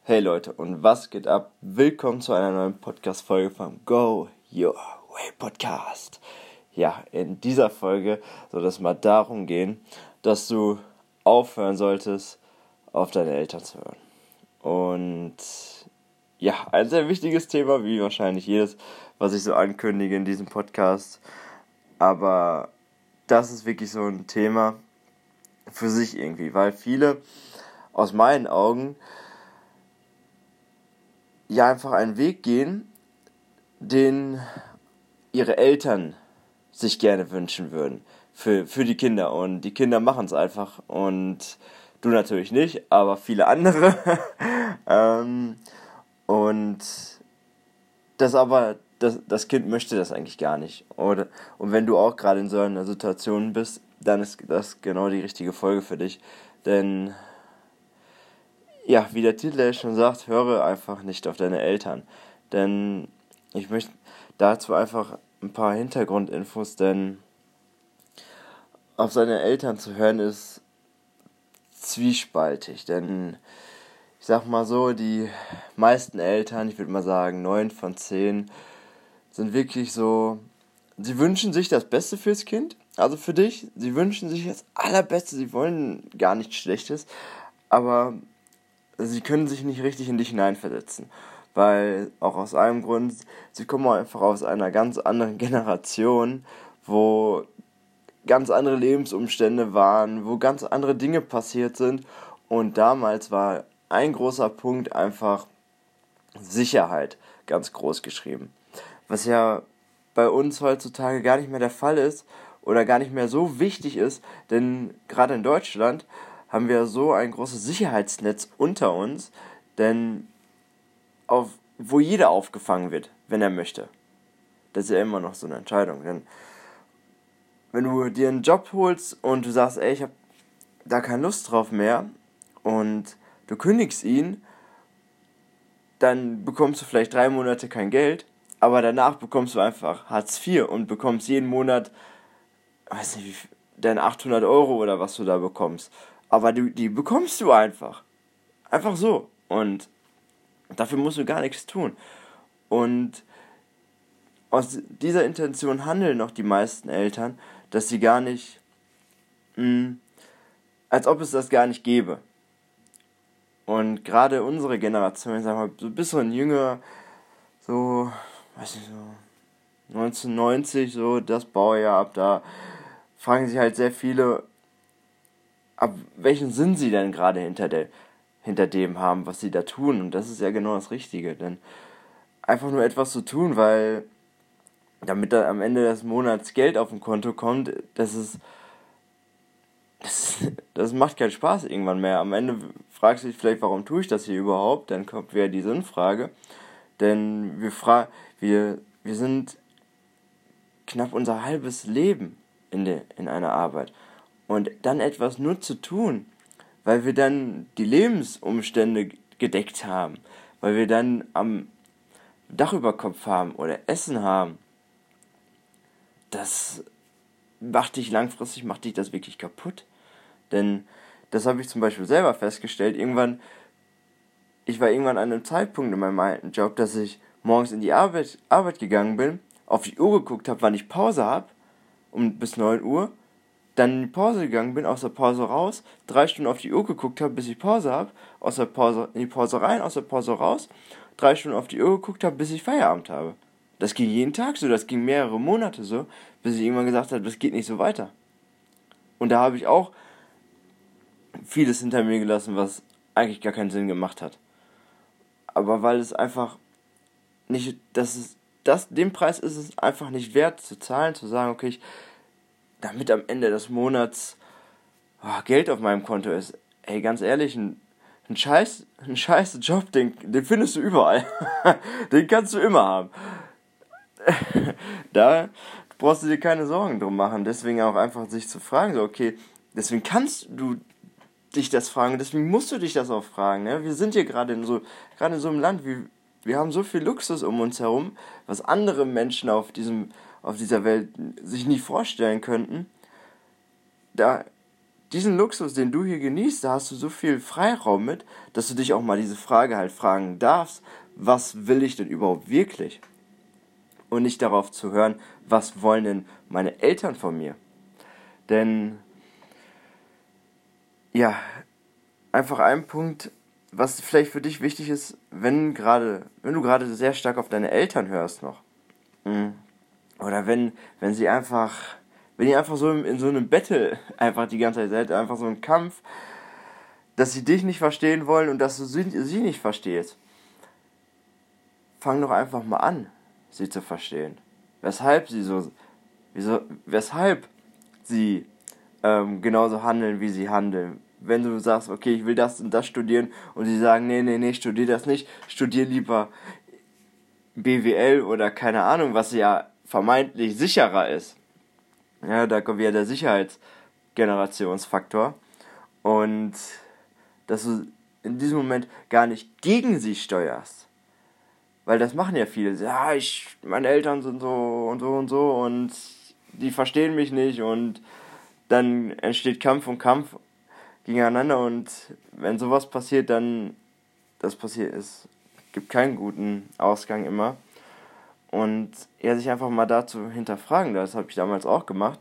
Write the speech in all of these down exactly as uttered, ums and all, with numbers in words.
Hey Leute, und was geht ab? Willkommen zu einer neuen Podcast-Folge vom Go Your Way Podcast. Ja, in dieser Folge soll es mal darum gehen, dass du aufhören solltest, auf deine Eltern zu hören. Und ja, ein sehr wichtiges Thema, wie wahrscheinlich jedes, was ich so ankündige in diesem Podcast. Aber das ist wirklich so ein Thema für sich irgendwie, weil viele aus meinen Augen ja einfach einen Weg gehen, den ihre Eltern sich gerne wünschen würden für, für die Kinder. Und die Kinder machen es einfach und du natürlich nicht, aber viele andere. ähm, und das aber, das, das Kind möchte das eigentlich gar nicht. Oder, und wenn du auch gerade in so einer Situation bist, dann ist das genau die richtige Folge für dich. Denn ja, wie der Titel schon sagt, höre einfach nicht auf deine Eltern. Denn ich möchte dazu einfach ein paar Hintergrundinfos, denn auf seine Eltern zu hören ist zwiespaltig. Denn ich sag mal so, die meisten Eltern, ich würde mal sagen neun von zehn, sind wirklich so, sie wünschen sich das Beste fürs Kind, also für dich. Sie wünschen sich das Allerbeste, sie wollen gar nichts Schlechtes, aber sie können sich nicht richtig in dich hineinversetzen, weil auch aus einem Grund, sie kommen einfach aus einer ganz anderen Generation, wo ganz andere Lebensumstände waren, wo ganz andere Dinge passiert sind und damals war ein großer Punkt einfach Sicherheit ganz groß geschrieben, was ja bei uns heutzutage gar nicht mehr der Fall ist oder gar nicht mehr so wichtig ist, denn gerade in Deutschland haben wir so ein großes Sicherheitsnetz unter uns, denn auf, wo jeder aufgefangen wird, wenn er möchte. Das ist ja immer noch so eine Entscheidung, denn wenn du dir einen Job holst und du sagst, ey, ich habe da keine Lust drauf mehr und du kündigst ihn, dann bekommst du vielleicht drei Monate kein Geld, aber danach bekommst du einfach Hartz vier und bekommst jeden Monat, weiß nicht, wie viel, deine achthundert Euro oder was du da bekommst. Aber die, die bekommst du einfach. Einfach so. Und dafür musst du gar nichts tun. Und aus dieser Intention handeln noch die meisten Eltern, dass sie gar nicht, mh, als ob es das gar nicht gäbe. Und gerade unsere Generation, sagen wir mal, so ein bisschen jünger, so, weiß nicht, so neunzehnhundertneunzig, so das Baujahr ab da, fragen sich halt sehr viele, ab welchen Sinn sie denn gerade hinter, der, hinter dem haben, was sie da tun. Und das ist ja genau das Richtige. Denn einfach nur etwas zu tun, weil damit da am Ende des Monats Geld auf dem Konto kommt, das ist, das, das macht keinen Spaß irgendwann mehr. Am Ende fragst du dich vielleicht, warum tue ich das hier überhaupt? Dann kommt wieder die Sinnfrage. Denn wir, fra- wir, wir sind knapp unser halbes Leben in, de, in einer Arbeit. Und dann etwas nur zu tun, weil wir dann die Lebensumstände gedeckt haben, weil wir dann am Dach über Kopf haben oder Essen haben, das macht dich langfristig, macht dich das wirklich kaputt. Denn das habe ich zum Beispiel selber festgestellt. Irgendwann, ich war irgendwann an einem Zeitpunkt in meinem alten Job, dass ich morgens in die Arbeit, Arbeit gegangen bin, auf die Uhr geguckt habe, wann ich Pause habe, um bis neun Uhr, dann in die Pause gegangen bin, aus der Pause raus, drei Stunden auf die Uhr geguckt habe, bis ich Pause habe, aus der Pause in die Pause rein, aus der Pause raus, drei Stunden auf die Uhr geguckt habe, bis ich Feierabend habe. Das ging jeden Tag so, das ging mehrere Monate so, bis ich irgendwann gesagt habe, das geht nicht so weiter. Und da habe ich auch vieles hinter mir gelassen, was eigentlich gar keinen Sinn gemacht hat. Aber weil es einfach nicht, das ist, das, den Preis ist es einfach nicht wert zu zahlen, zu sagen, okay, ich damit am Ende des Monats oh, Geld auf meinem Konto ist. Ey, ganz ehrlich, ein, ein, scheiß, ein scheiß Job, den, den findest du überall. Den kannst du immer haben. Da brauchst du dir keine Sorgen drum machen. Deswegen auch einfach sich zu fragen, so okay, deswegen kannst du dich das fragen, deswegen musst du dich das auch fragen. Ne? Wir sind hier gerade in so, gerade in so einem Land, wie, wir haben so viel Luxus um uns herum, was andere Menschen auf diesem auf dieser Welt sich nie vorstellen könnten. Da diesen Luxus, den du hier genießt, da hast du so viel Freiraum mit, dass du dich auch mal diese Frage halt fragen darfst, was will ich denn überhaupt wirklich? Und nicht darauf zu hören, was wollen denn meine Eltern von mir? Denn, ja, einfach ein Punkt, was vielleicht für dich wichtig ist, wenn gerade, wenn du gerade sehr stark auf deine Eltern hörst noch. Oder wenn, wenn sie einfach, wenn ihr einfach so in, in so einem Battle einfach die ganze Zeit seid, einfach so ein Kampf, dass sie dich nicht verstehen wollen und dass du sie, sie nicht verstehst. Fang doch einfach mal an, sie zu verstehen. Weshalb sie so, wieso, weshalb sie ähm, genauso handeln, wie sie handeln. Wenn du sagst, okay, ich will das und das studieren und sie sagen, nee, nee, nee, studier das nicht, studier lieber B W L oder keine Ahnung, was ja vermeintlich sicherer ist. Ja, da kommt wieder der Sicherheitsgenerationsfaktor. Und dass du in diesem Moment gar nicht gegen sie steuerst. Weil das machen ja viele. Ja, ich, meine Eltern sind so und so und so und die verstehen mich nicht und dann entsteht Kampf und Kampf gegeneinander und wenn sowas passiert, dann das passiert ist, gibt keinen guten Ausgang immer. Und er sich einfach mal dazu hinterfragen, das habe ich damals auch gemacht,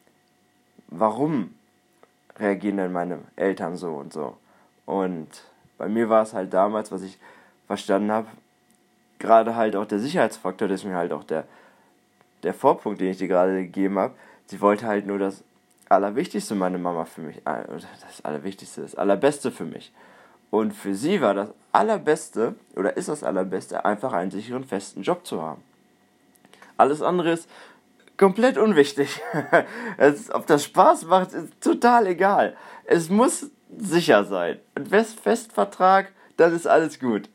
warum reagieren denn meine Eltern so und so? Und bei mir war es halt damals, was ich verstanden habe, gerade halt auch der Sicherheitsfaktor, deswegen halt auch der, der Vorpunkt, den ich dir gerade gegeben habe. Sie wollte halt nur das Allerwichtigste, meine Mama für mich, das Allerwichtigste, das Allerbeste für mich. Und für sie war das Allerbeste, oder ist das Allerbeste, einfach einen sicheren, festen Job zu haben. Alles andere ist komplett unwichtig. es, ob das Spaß macht, ist total egal. Es muss sicher sein. Und Festvertrag, dann ist alles gut.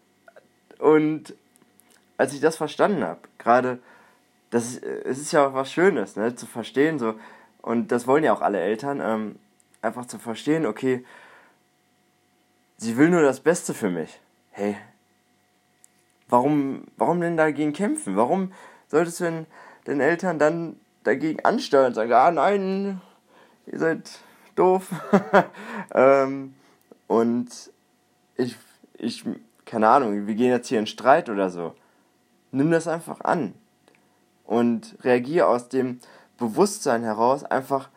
Und als ich das verstanden habe, gerade, das ist, es ist ja auch was Schönes, ne, zu verstehen, so, und das wollen ja auch alle Eltern, ähm, einfach zu verstehen, okay, sie will nur das Beste für mich. Hey, warum, warum denn dagegen kämpfen? Warum solltest du denn den Eltern dann dagegen ansteuern und sagen, ah nein, ihr seid doof. ähm, und ich, ich, keine Ahnung, wir gehen jetzt hier in Streit oder so. Nimm das einfach an und reagiere aus dem Bewusstsein heraus einfach,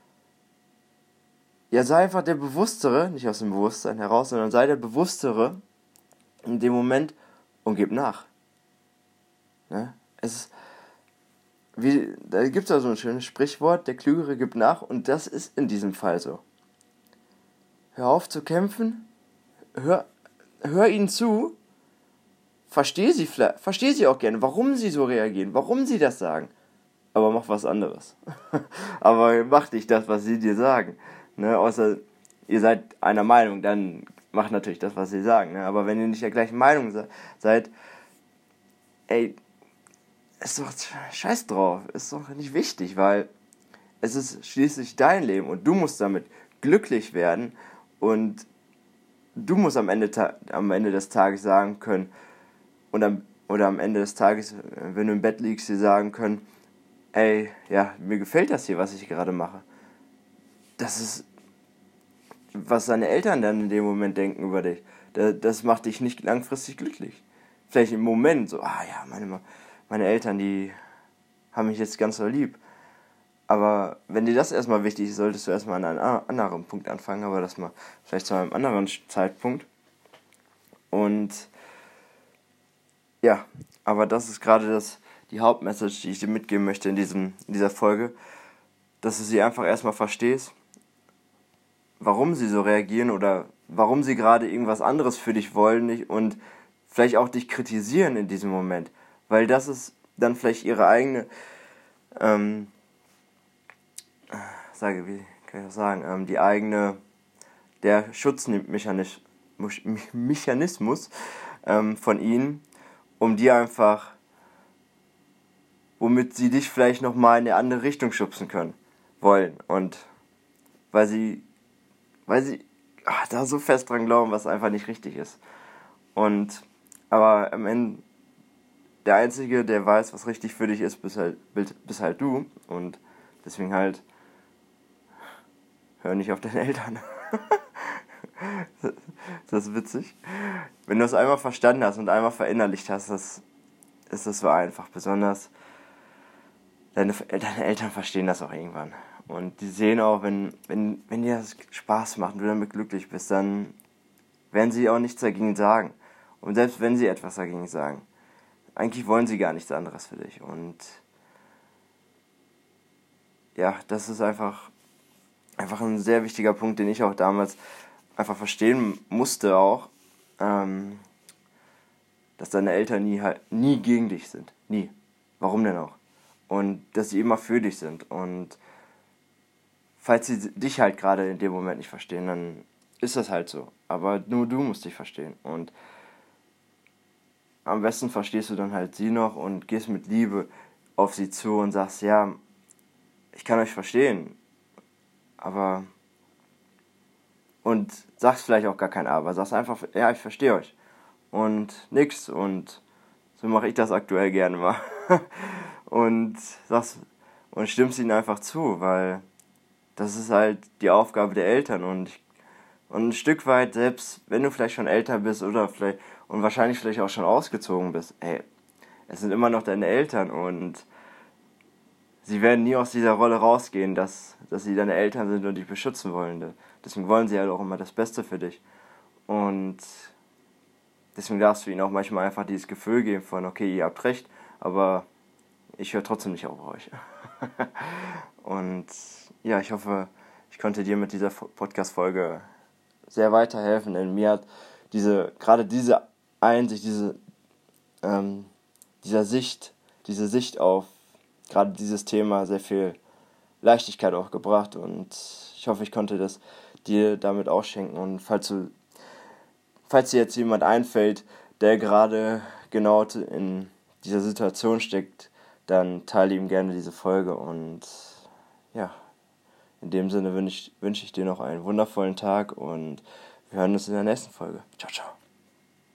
ja, sei einfach der Bewusstere, nicht aus dem Bewusstsein heraus, sondern sei der Bewusstere in dem Moment und gib nach. Ne? Es ist, wie, da gibt es ja so ein schönes Sprichwort, der Klügere gibt nach, und das ist in diesem Fall so. Hör auf zu kämpfen, hör, hör ihnen zu, versteh sie, versteh sie auch gerne, warum sie so reagieren, warum sie das sagen, aber mach was anderes. Aber mach nicht das, was sie dir sagen. Ne? Außer ihr seid einer Meinung, dann macht natürlich das, was sie sagen. Ne? Aber wenn ihr nicht der gleichen Meinung se- seid, ey, ist doch scheiß drauf, ist doch nicht wichtig, weil es ist schließlich dein Leben und du musst damit glücklich werden und du musst am Ende, ta- am Ende des Tages sagen können und am, oder am Ende des Tages, wenn du im Bett liegst, dir sagen können, ey, ja, mir gefällt das hier, was ich gerade mache. Das ist, was deine Eltern dann in dem Moment denken über dich. Das macht dich nicht langfristig glücklich. Vielleicht im Moment so, ah ja, meine, meine Eltern, die haben mich jetzt ganz so lieb. Aber wenn dir das erstmal wichtig ist, solltest du erstmal an einem anderen Punkt anfangen, aber das mal vielleicht zu einem anderen Zeitpunkt. Und ja, aber das ist gerade das, die Hauptmessage, die ich dir mitgeben möchte in, diesem, in dieser Folge, dass du sie einfach erstmal verstehst, warum sie so reagieren oder warum sie gerade irgendwas anderes für dich wollen nicht, und vielleicht auch dich kritisieren in diesem Moment, weil das ist dann vielleicht ihre eigene, ähm, sage, wie kann ich das sagen, ähm, die eigene, der Schutzmechanismus Mechanismus, ähm, von ihnen, um dir einfach, womit sie dich vielleicht nochmal in eine andere Richtung schubsen können, wollen, und weil sie, weil sie ach, da so fest dran glauben, was einfach nicht richtig ist. Und, aber am Ende, der Einzige, der weiß, was richtig für dich ist, bist halt, bist halt du, und deswegen halt, hör nicht auf deine Eltern. Das ist witzig. Wenn du es einmal verstanden hast und einmal verinnerlicht hast, das, ist das so einfach. Besonders deine, deine Eltern verstehen das auch irgendwann. Und die sehen auch, wenn, wenn, wenn dir das Spaß macht und du damit glücklich bist, dann werden sie auch nichts dagegen sagen. Und selbst wenn sie etwas dagegen sagen, eigentlich wollen sie gar nichts anderes für dich. Und ja, das ist einfach, einfach ein sehr wichtiger Punkt, den ich auch damals einfach verstehen musste auch, ähm, dass deine Eltern nie halt nie gegen dich sind. Nie. Warum denn auch? Und dass sie immer für dich sind. Und falls sie dich halt gerade in dem Moment nicht verstehen, dann ist das halt so. Aber nur du musst dich verstehen. Und am besten verstehst du dann halt sie noch und gehst mit Liebe auf sie zu und sagst, ja, ich kann euch verstehen, aber... Und sagst vielleicht auch gar kein Aber, sagst einfach, ja, ich verstehe euch. Und nix. Und so mache ich das aktuell gerne mal. Und sagst und stimmst ihnen einfach zu, weil das ist halt die Aufgabe der Eltern. Und, ich, und ein Stück weit, selbst wenn du vielleicht schon älter bist oder vielleicht und wahrscheinlich vielleicht auch schon ausgezogen bist, ey, es sind immer noch deine Eltern und sie werden nie aus dieser Rolle rausgehen, dass, dass sie deine Eltern sind und dich beschützen wollen. Deswegen wollen sie halt auch immer das Beste für dich. Und deswegen darfst du ihnen auch manchmal einfach dieses Gefühl geben von, okay, ihr habt recht, aber ich höre trotzdem nicht auf euch. Und ja, ich hoffe, ich konnte dir mit dieser Podcast-Folge sehr weiterhelfen, denn mir hat diese, gerade diese Einsicht, diese, ähm, dieser Sicht, diese Sicht auf gerade dieses Thema sehr viel Leichtigkeit auch gebracht und ich hoffe, ich konnte das dir damit auch schenken und falls du, falls dir jetzt jemand einfällt, der gerade genau in dieser Situation steckt, dann teile ihm gerne diese Folge und ja, in dem Sinne wünsche ich, wünsche ich dir noch einen wundervollen Tag und wir hören uns in der nächsten Folge. Ciao, ciao.